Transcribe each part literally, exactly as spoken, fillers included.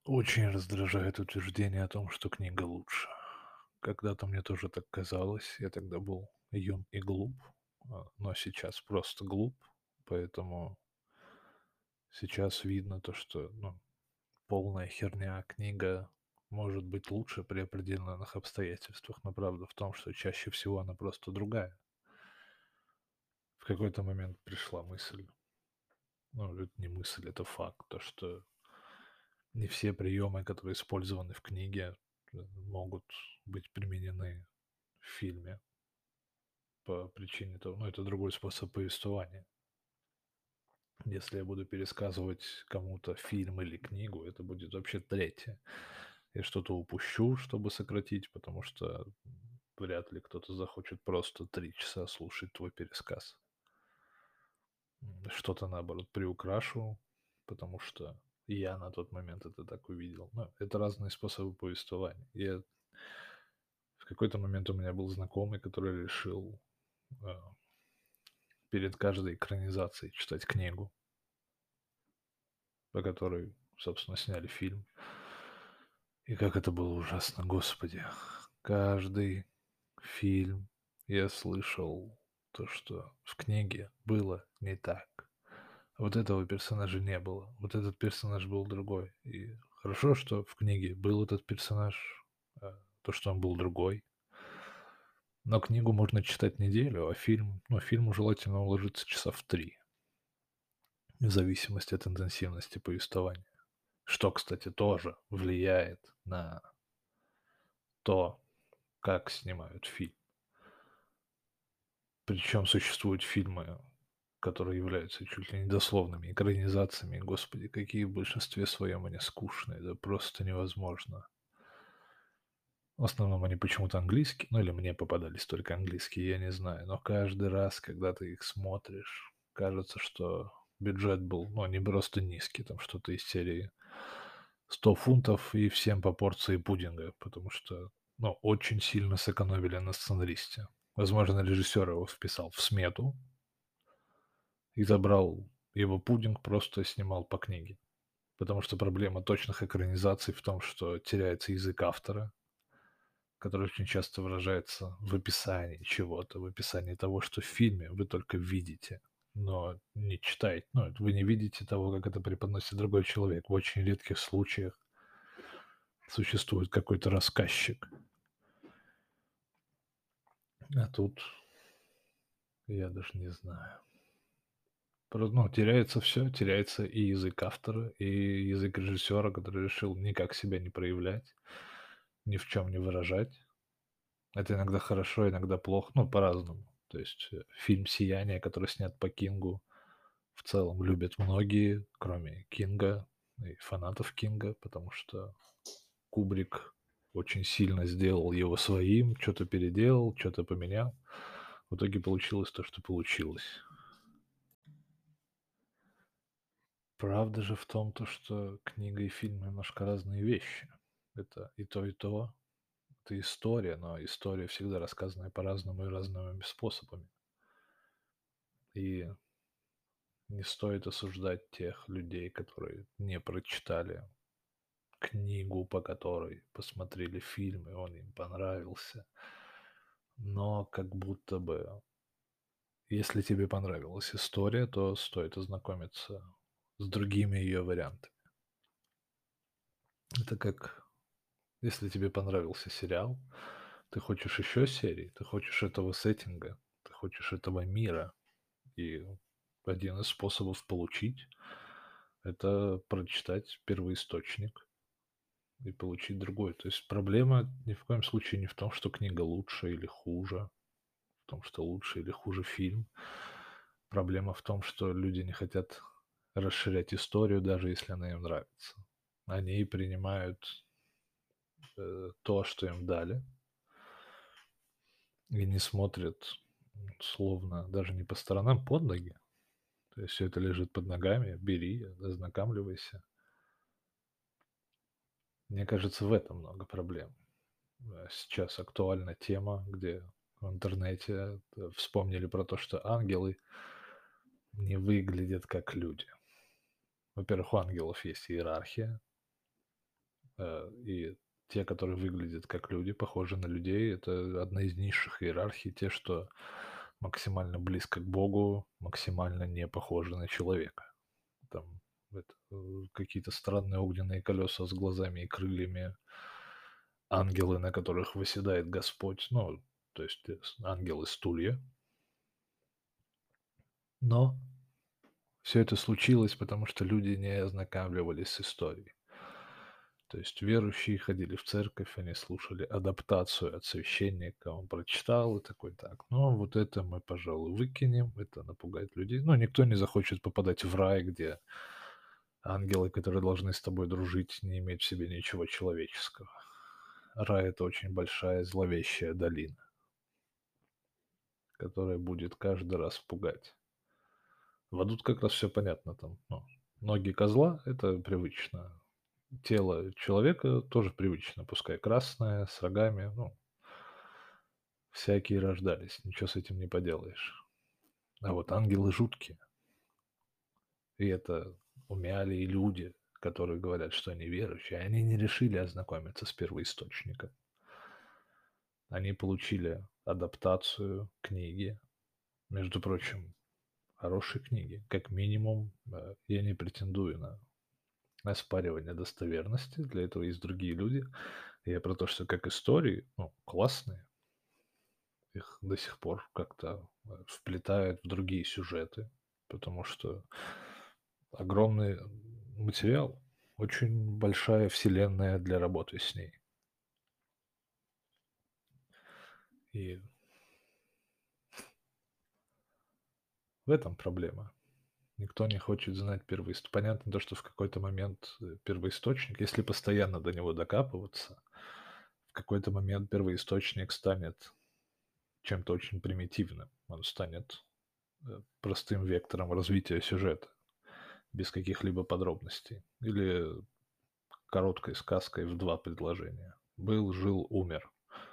Очень раздражает утверждение о том, что книга лучше. Когда-то мне тоже так казалось, я тогда был юн и глуп, а, но сейчас просто глуп, поэтому сейчас видно то, что, ну, полная херня. Книга может быть лучше при определенных обстоятельствах, но правда в том, что чаще всего она просто другая. В какой-то момент пришла мысль, ну, это не мысль, это факт, то, что не все приемы, которые использованы в книге, э, могут быть применены в фильме по причине того, ну, это другой способ повествования. Если я буду пересказывать кому-то фильм или книгу, это будет вообще третье. Я что-то упущу, чтобы сократить, потому что м, вряд ли кто-то захочет просто три часа слушать твой пересказ. М, Что-то, наоборот, приукрашу, потому что я на тот момент это так увидел. Ну, это разные способы повествования. Я В какой-то момент у меня был знакомый, который решил а, перед каждой экранизацией читать книгу, по которой, собственно, сняли фильм. И как это было ужасно, господи. Каждый фильм я слышал то, что в книге было не так. Вот этого персонажа не было. Вот этот персонаж был другой. И хорошо, что в книге был этот персонаж, а, то, что он был другой. Но книгу можно читать неделю, а фильм, ну, фильму желательно уложиться часа в три, в зависимости от интенсивности повествования. Что, кстати, тоже влияет на то, как снимают фильм. Причем существуют фильмы, которые являются чуть ли не дословными экранизациями. Господи, какие в большинстве своем они скучные, это просто невозможно. В основном они почему-то английские, ну или мне попадались только английские, я не знаю. Но каждый раз, когда ты их смотришь, кажется, что бюджет был, ну, не просто низкий, там что-то из серии сто фунтов и всем по порции пудинга, потому что, ну, очень сильно сэкономили на сценаристе. Возможно, режиссер его вписал в смету и забрал его пудинг, просто снимал по книге. Потому что проблема точных экранизаций в том, что теряется язык автора, который очень часто выражается в описании чего-то, в описании того, что в фильме вы только видите, но не читаете. Ну, это вы не видите того, как это преподносит другой человек. В очень редких случаях существует какой-то рассказчик. А тут я даже не знаю. Про Ну, теряется все, теряется и язык автора, и язык режиссера, который решил никак себя не проявлять, ни в чем не выражать. Это иногда хорошо, иногда плохо, ну, по-разному. То есть, э, фильм «Сияние», который снят по Кингу, в целом любят многие, кроме Кинга и фанатов Кинга, потому что Кубрик очень сильно сделал его своим, что то переделал, что то поменял. В итоге получилось то, что получилось. Правда же в том, то что книга и фильм немножко разные вещи. Это и то, и то. Это история, но история всегда рассказанная по-разному и разными способами. И не стоит осуждать тех людей, которые не прочитали книгу, по которой посмотрели фильм, и он им понравился. Но как будто бы, если тебе понравилась история, то стоит ознакомиться с другими ее вариантами. Это как если тебе понравился сериал, ты хочешь еще серий, ты хочешь этого сеттинга, ты хочешь этого мира. И один из способов получить — это прочитать первоисточник и получить другой. То есть проблема ни в коем случае не в том, что книга лучше или хуже, в том, что лучше или хуже фильм. Проблема в том, что люди не хотят расширять историю, даже если она им нравится. Они принимают э, то, что им дали, и не смотрят, м, словно даже не по сторонам, под ноги. То есть все это лежит под ногами, бери, ознакомливайся. Мне кажется, в этом много проблем. Э, Сейчас актуальна тема, где в интернете э, вспомнили про то, что ангелы не выглядят как люди. Во-первых, у ангелов есть иерархия, Э, и те, которые выглядят как люди, похожи на людей, это одна из низших иерархий. Те, что максимально близко к Богу, максимально не похожи на человека. Там это, э, какие-то странные огненные колеса с глазами и крыльями, ангелы, на которых восседает Господь, ну, то есть э, с- ангелы-стулья. Но все это случилось, потому что люди не ознакомливались с историей. То есть верующие ходили в церковь, они слушали адаптацию от священника, он прочитал и такой, так, ну вот это мы, пожалуй, выкинем, это напугает людей. Ну, никто не захочет попадать в рай, где ангелы, которые должны с тобой дружить, не имеют в себе ничего человеческого. Рай — это очень большая зловещая долина, которая будет каждый раз пугать. В аду как раз все понятно там. Ну, ноги козла — это привычно. Тело человека тоже привычно, пускай красное, с рогами, ну, всякие рождались, ничего с этим не поделаешь. А вот ангелы жуткие. И это умяли и люди, которые говорят, что они верующие. Они не решили ознакомиться с первоисточником. Они получили адаптацию книги, между прочим, хорошей книги. Как минимум, э, я не претендую на оспаривание достоверности, для этого есть другие люди. Я про то, что как истории, ну, классные, их до сих пор как-то э, вплетают в другие сюжеты, потому что огромный материал, очень большая вселенная для работы с ней. И в этом проблема. Никто не хочет знать первоист Понятно то, что в какой-то момент, э, первоисточник, если постоянно до него докапываться, в какой-то момент первоисточник станет чем-то очень примитивным. Он станет, э, простым вектором развития сюжета, без каких-либо подробностей. Или короткой сказкой в два предложения. Был, жил, умер.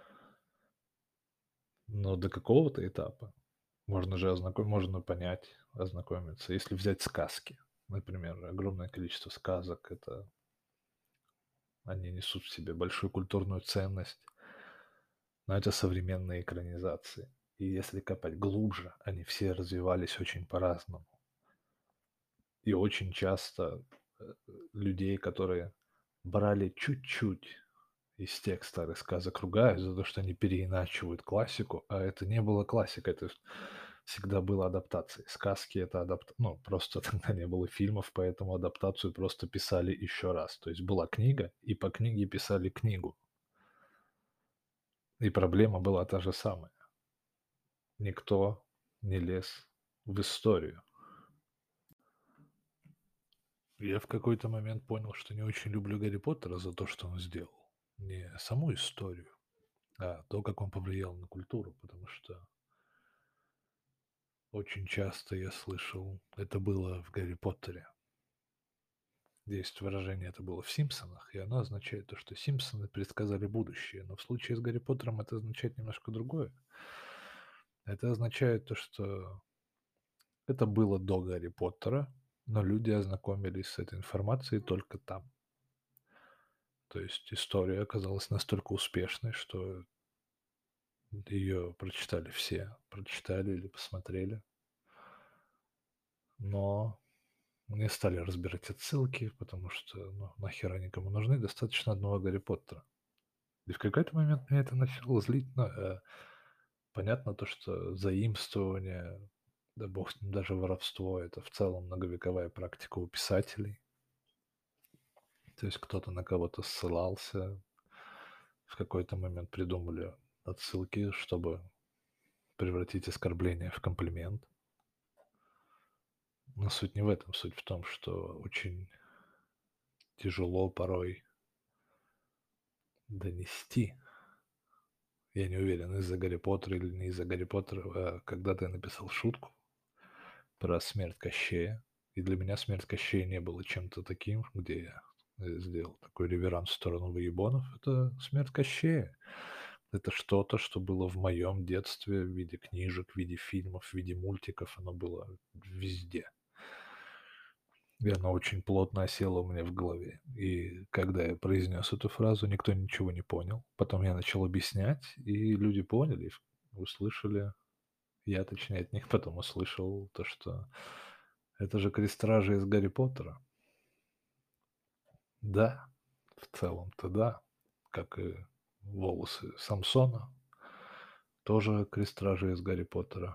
Но до какого-то этапа можно же ознаком можно понять, ознакомиться. Если взять сказки, например, огромное количество сказок — это они несут в себе большую культурную ценность, но это современные экранизации. И если копать глубже, они все развивались очень по-разному. И очень часто, э, э, людей, которые брали чуть-чуть из тех старых сказок, ругают за то, что они переиначивают классику, а это не было классикой, это всегда было адаптацией. Сказки — это адапт ну, просто тогда не было фильмов, поэтому адаптацию просто писали еще раз. То есть была книга, и по книге писали книгу. И проблема была та же самая. Никто не лез в историю. Я в какой-то момент понял, что не очень люблю Гарри Поттера за то, что он сделал. Не саму историю, а то, как он повлиял на культуру, потому что очень часто я слышал, это было в Гарри Поттере. Есть выражение, это было в Симпсонах, и оно означает то, что Симпсоны предсказали будущее. Но в случае с Гарри Поттером это означает немножко другое. Это означает то, что это было до Гарри Поттера, но люди ознакомились с этой информацией только там. То есть история оказалась настолько успешной, что ее прочитали все, прочитали или посмотрели, но не стали разбирать отсылки, потому что, ну, нахер они кому нужны, достаточно одного Гарри Поттера. И в какой-то момент меня это начало злить. Ну, э, понятно то, что заимствование, да бог с ним, даже воровство — это в целом многовековая практика у писателей. То есть кто-то на кого-то ссылался, в какой-то момент придумали отсылки, чтобы превратить оскорбление в комплимент. Но суть не в этом. Суть в том, что очень тяжело порой донести. Я не уверен, из-за Гарри Поттера или не из-за Гарри Поттера. А когда-то я написал шутку про смерть Кощея. И для меня смерть Кощея не было чем-то таким, где я э, сделал такой реверанс в сторону выебонов. Это смерть Кощея. Это что-то, что было в моем детстве в виде книжек, в виде фильмов, в виде мультиков. Оно было везде. И она очень плотно осела у меня в голове. И когда я произнес эту фразу, никто ничего не понял. Потом я начал объяснять, и люди поняли, и ф услышали. Я, точнее, от них потом услышал то, что это же Крестражи из Гарри Поттера. Да, в целом-то да, как и волосы Самсона, тоже Крестражи из Гарри Поттера.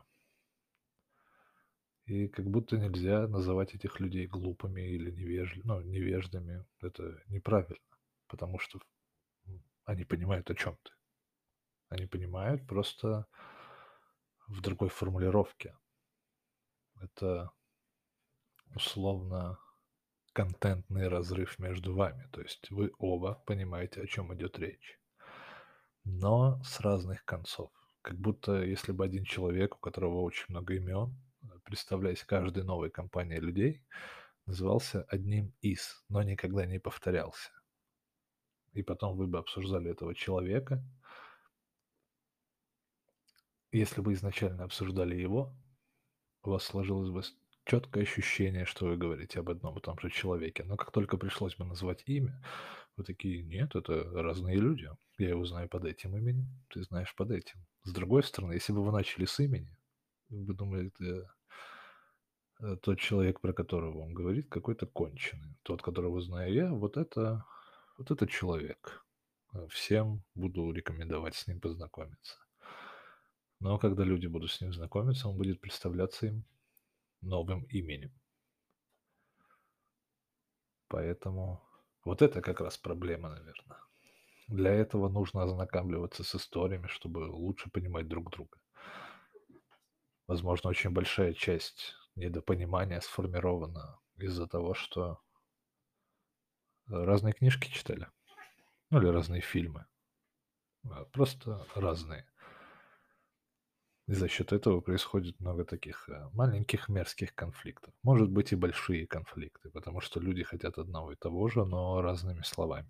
И как будто нельзя называть этих людей глупыми или невеж ну, невеждами. Это неправильно, потому что м, они понимают, о чем ты. Они понимают просто в другой формулировке. Это условно контентный разрыв между вами. То есть вы оба понимаете, о чем идет речь, но с разных концов. Как будто если бы один человек, у которого очень много имен, э, представляясь каждой новой компанией людей, назывался одним из, но никогда не повторялся. И потом вы бы обсуждали этого человека. Если бы изначально обсуждали его, у вас сложилось бы с четкое ощущение, что вы говорите об одном и том же человеке. Но как только пришлось бы назвать имя, вы такие: "Нет, это разные люди. Я его знаю под этим именем, ты знаешь под этим". С другой стороны, если бы вы начали с имени, вы думали, это, э, тот человек, про которого он говорит, какой-то конченый. Тот, которого знаю я, вот это вот это человек. Э, всем буду рекомендовать с ним познакомиться. Но когда люди будут с ним знакомиться, он будет представляться им новым именем. Поэтому вот это как раз проблема, наверное. Для этого нужно ознакомливаться с историями, чтобы лучше понимать друг друга. Возможно, очень большая часть недопонимания сформирована из-за того, что разные книжки читали, ну или разные фильмы, а, просто разные. И за счет этого происходит много таких э, маленьких мерзких конфликтов. Может быть и большие конфликты, потому что люди хотят одного и того же, но разными словами.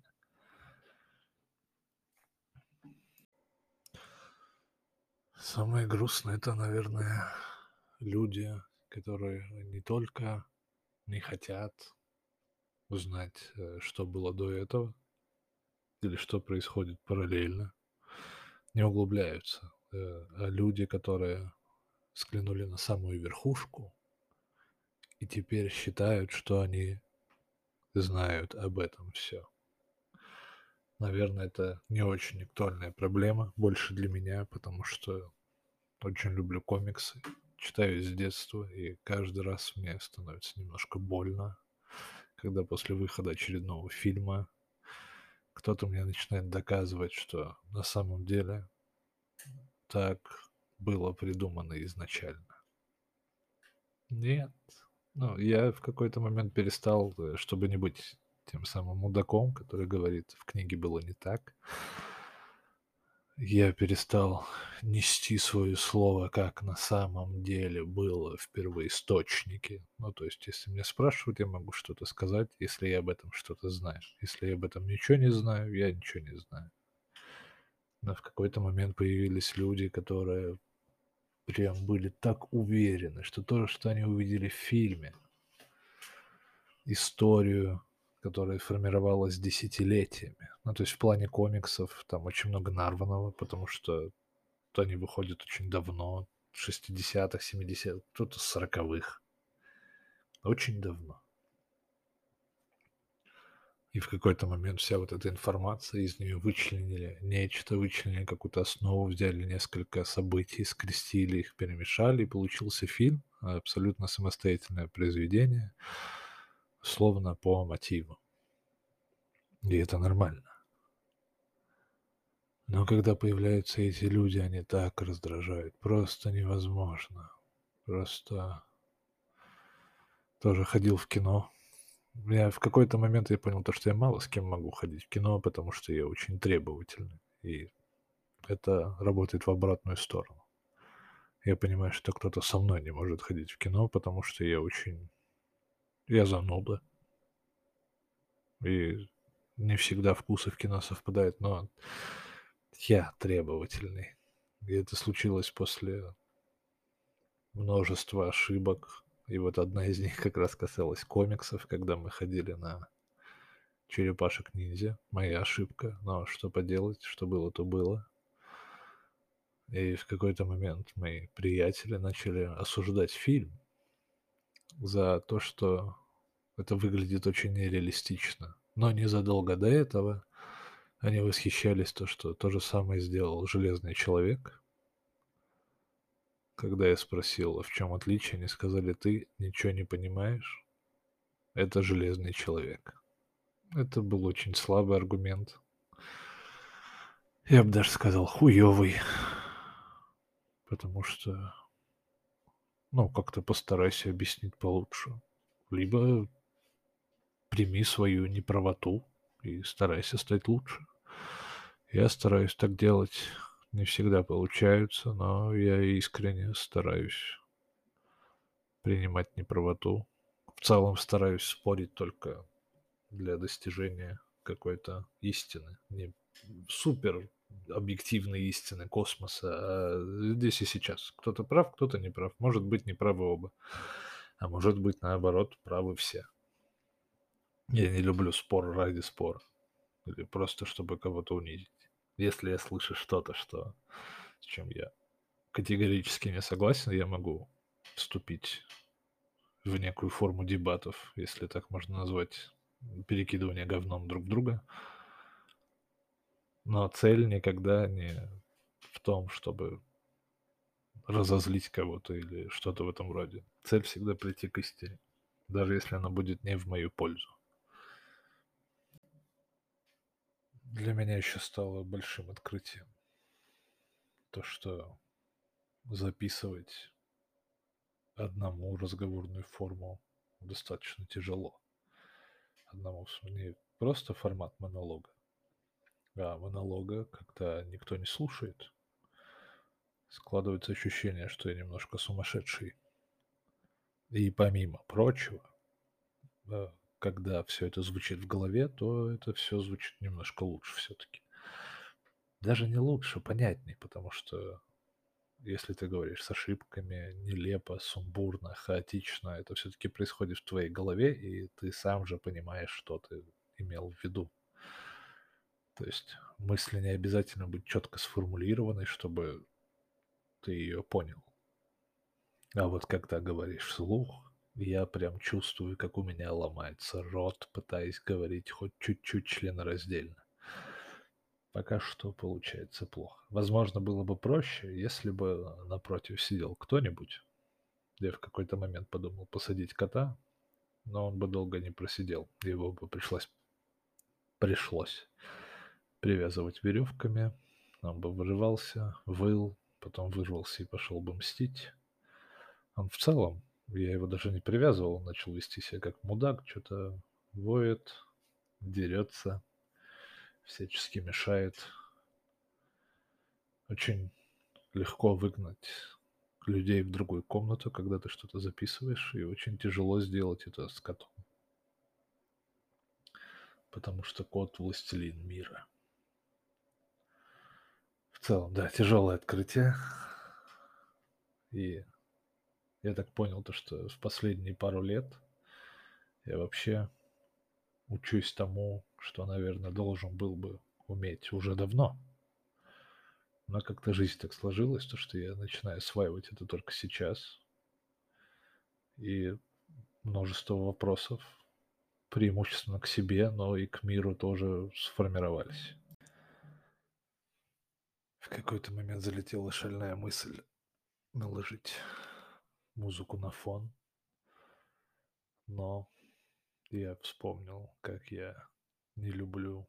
Самое грустное это, наверное, люди, которые не только не хотят узнать, э, что было до этого или что происходит параллельно, не углубляются. Э, а люди, которые взглянули на самую верхушку и теперь считают, что они знают об этом все. Наверное, это не очень актуальная проблема, больше для меня, потому что очень люблю комиксы, читаю с детства, и каждый раз мне становится немножко больно, когда после выхода очередного фильма кто-то мне начинает доказывать, что на самом деле так было придумано изначально. Нет. Ну, я в какой-то момент перестал, э, чтобы не быть тем самым мудаком, который говорит: "В книге было не так". Я перестал нести свое слово, как на самом деле было в первоисточнике. Ну, то есть, если меня спрашивают, я могу что-то сказать, если я об этом что-то знаю. Если я об этом ничего не знаю, я ничего не знаю. Но в какой-то момент появились люди, которые прям были так уверены, что то, что они увидели в фильме, историю, которая формировалась десятилетиями. Ну, то есть в плане комиксов там очень много нарваного, потому что то они выходят очень давно, в шестидесятых, семидесятых, кто-то с сороковых. Очень давно. И в какой-то момент вся вот эта информация, из нее вычленили нечто, вычленили какую-то основу, взяли несколько событий, скрестили их, перемешали, и получился фильм, абсолютно самостоятельное произведение, словно по мотиву. И это нормально. Но когда появляются эти люди, они так раздражают, просто невозможно. Просто тоже ходил в кино. Я в какой-то момент я понял то, что я мало с кем могу ходить в кино, потому что я очень требовательный. И это работает в обратную сторону. Я понимаю, что кто-то со мной не может ходить в кино, потому что я очень... Я зануда. И не всегда вкусы в кино совпадают, но я требовательный. И это случилось после множества ошибок, И вот одна из них как раз касалась комиксов, когда мы ходили на Черепашек-ниндзя. Моя ошибка, но что поделать, что было, то было. И в какой-то момент мои приятели начали осуждать фильм за то, что это выглядит очень нереалистично. Но незадолго до этого они восхищались, то, что то же самое сделал Железный человек. Когда я спросил, а в чем отличие, они сказали: "Ты ничего не понимаешь, это Железный человек". Это был очень слабый аргумент. Я бы даже сказал, хуёвый. Потому что, ну, как-то постарайся объяснить получше. Либо прими свою неправоту и старайся стать лучше. Я стараюсь так делать. Не всегда получается, но я искренне стараюсь принимать неправоту. В целом стараюсь спорить только для достижения какой-то истины. Не супер объективной истины космоса, а здесь и сейчас. Кто-то прав, кто-то не прав. Может быть, неправы оба. А может быть, наоборот, правы все. Я не люблю спор ради спора. Или просто чтобы кого-то унизить. Если я слышу что-то, что, с чем я категорически не согласен, я могу вступить в некую форму дебатов, если так можно назвать, перекидывание говном друг друга. Но цель никогда не в том, чтобы разозлить кого-то или что-то в этом роде. Цель всегда прийти к истине, даже если она будет не в мою пользу. Для меня еще стало большим открытием то, что записывать одному разговорную форму достаточно тяжело. Одному, в смысле, не просто формат монолога, а монолога, когда никто не слушает. Складывается ощущение, что я немножко сумасшедший. И помимо прочего, э, когда все это звучит в голове, то это все звучит немножко лучше все-таки. Даже не лучше, понятней, потому что если ты говоришь с ошибками, нелепо, сумбурно, хаотично, это все-таки происходит в твоей голове, и ты сам же понимаешь, что ты имел в виду. То есть мысль не обязательно быть четко сформулированной, чтобы ты ее понял. А вот когда говоришь вслух, я прям чувствую, как у меня ломается рот, пытаясь говорить хоть чуть-чуть членораздельно. Пока что получается плохо. Возможно, было бы проще, если бы напротив сидел кто-нибудь. Я в какой-то момент подумал посадить кота, но он бы долго не просидел. Его бы пришлось, пришлось привязывать веревками. Он бы вырывался, выл, потом вырвался и пошел бы мстить. Он в целом, я его даже не привязывал, он начал вести себя как мудак, что-то воет, дерется, всячески мешает. Очень легко выгнать людей в другую комнату, когда ты что-то записываешь, и очень тяжело сделать это с котом. Потому что кот — властелин мира. В целом, да, тяжелое открытие. И я так понял, то, что в последние пару лет я вообще учусь тому, что, наверное, должен был бы уметь уже давно. Но как-то жизнь так сложилась, то, что я начинаю осваивать это только сейчас. И множество вопросов, преимущественно к себе, но и к миру тоже сформировались. В какой-то момент залетела шальная мысль наложить музыку на фон, но я вспомнил, как я не люблю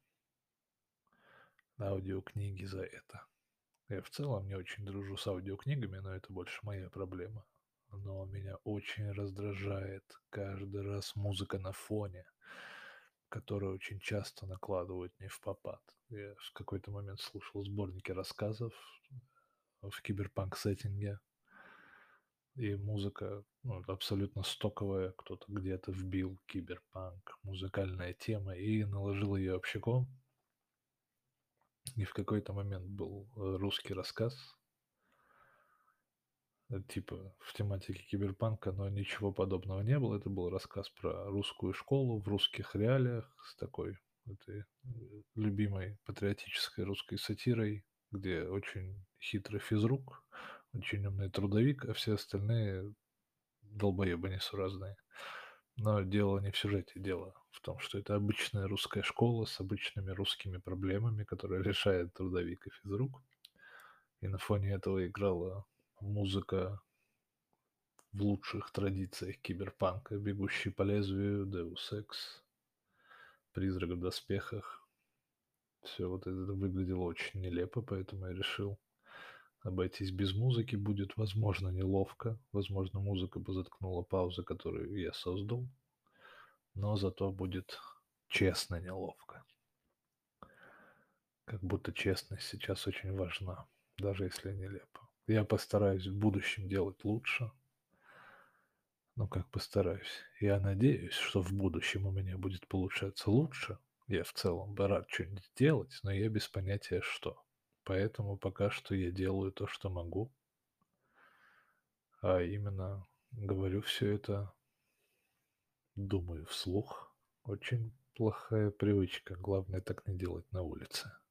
аудиокниги за это. Я в целом не очень дружу с аудиокнигами, но это больше моя проблема. Но меня очень раздражает каждый раз музыка на фоне, которую очень часто накладывают не в попад. Я в какой-то момент слушал сборники рассказов в киберпанк-сеттинге, и музыка, ну, абсолютно стоковая, кто-то где-то вбил киберпанк, музыкальная тема, и наложил ее общаком. И в какой-то момент был э, русский рассказ, э, типа в тематике киберпанка, но ничего подобного не было. Это был рассказ про русскую школу в русских реалиях с такой этой, э, любимой патриотической русской сатирой, где очень хитрый физрук, очень умный трудовик, а все остальные долбоебы несуразные. Но дело не в сюжете, дело в том, что это обычная русская школа с обычными русскими проблемами, которые решает трудовик и физрук. И на фоне этого играла музыка в лучших традициях киберпанка: "Бегущий по лезвию", Deus Ex, "Призрак в доспехах". Все вот это выглядело очень нелепо, поэтому я решил обойтись без музыки. Будет, возможно, неловко, возможно, музыка бы заткнула паузы, которую я создал, но зато будет честно неловко. Как будто честность сейчас очень важна, даже если нелепо. Я постараюсь в будущем делать лучше. Ну, как постараюсь. Я надеюсь, что в будущем у меня будет получаться лучше. Я в целом бы рад чё-нибудь делать, но я без понятия что. Поэтому пока что я делаю то, что могу. А именно говорю все это, думаю вслух. Очень плохая привычка. Главное так не делать на улице.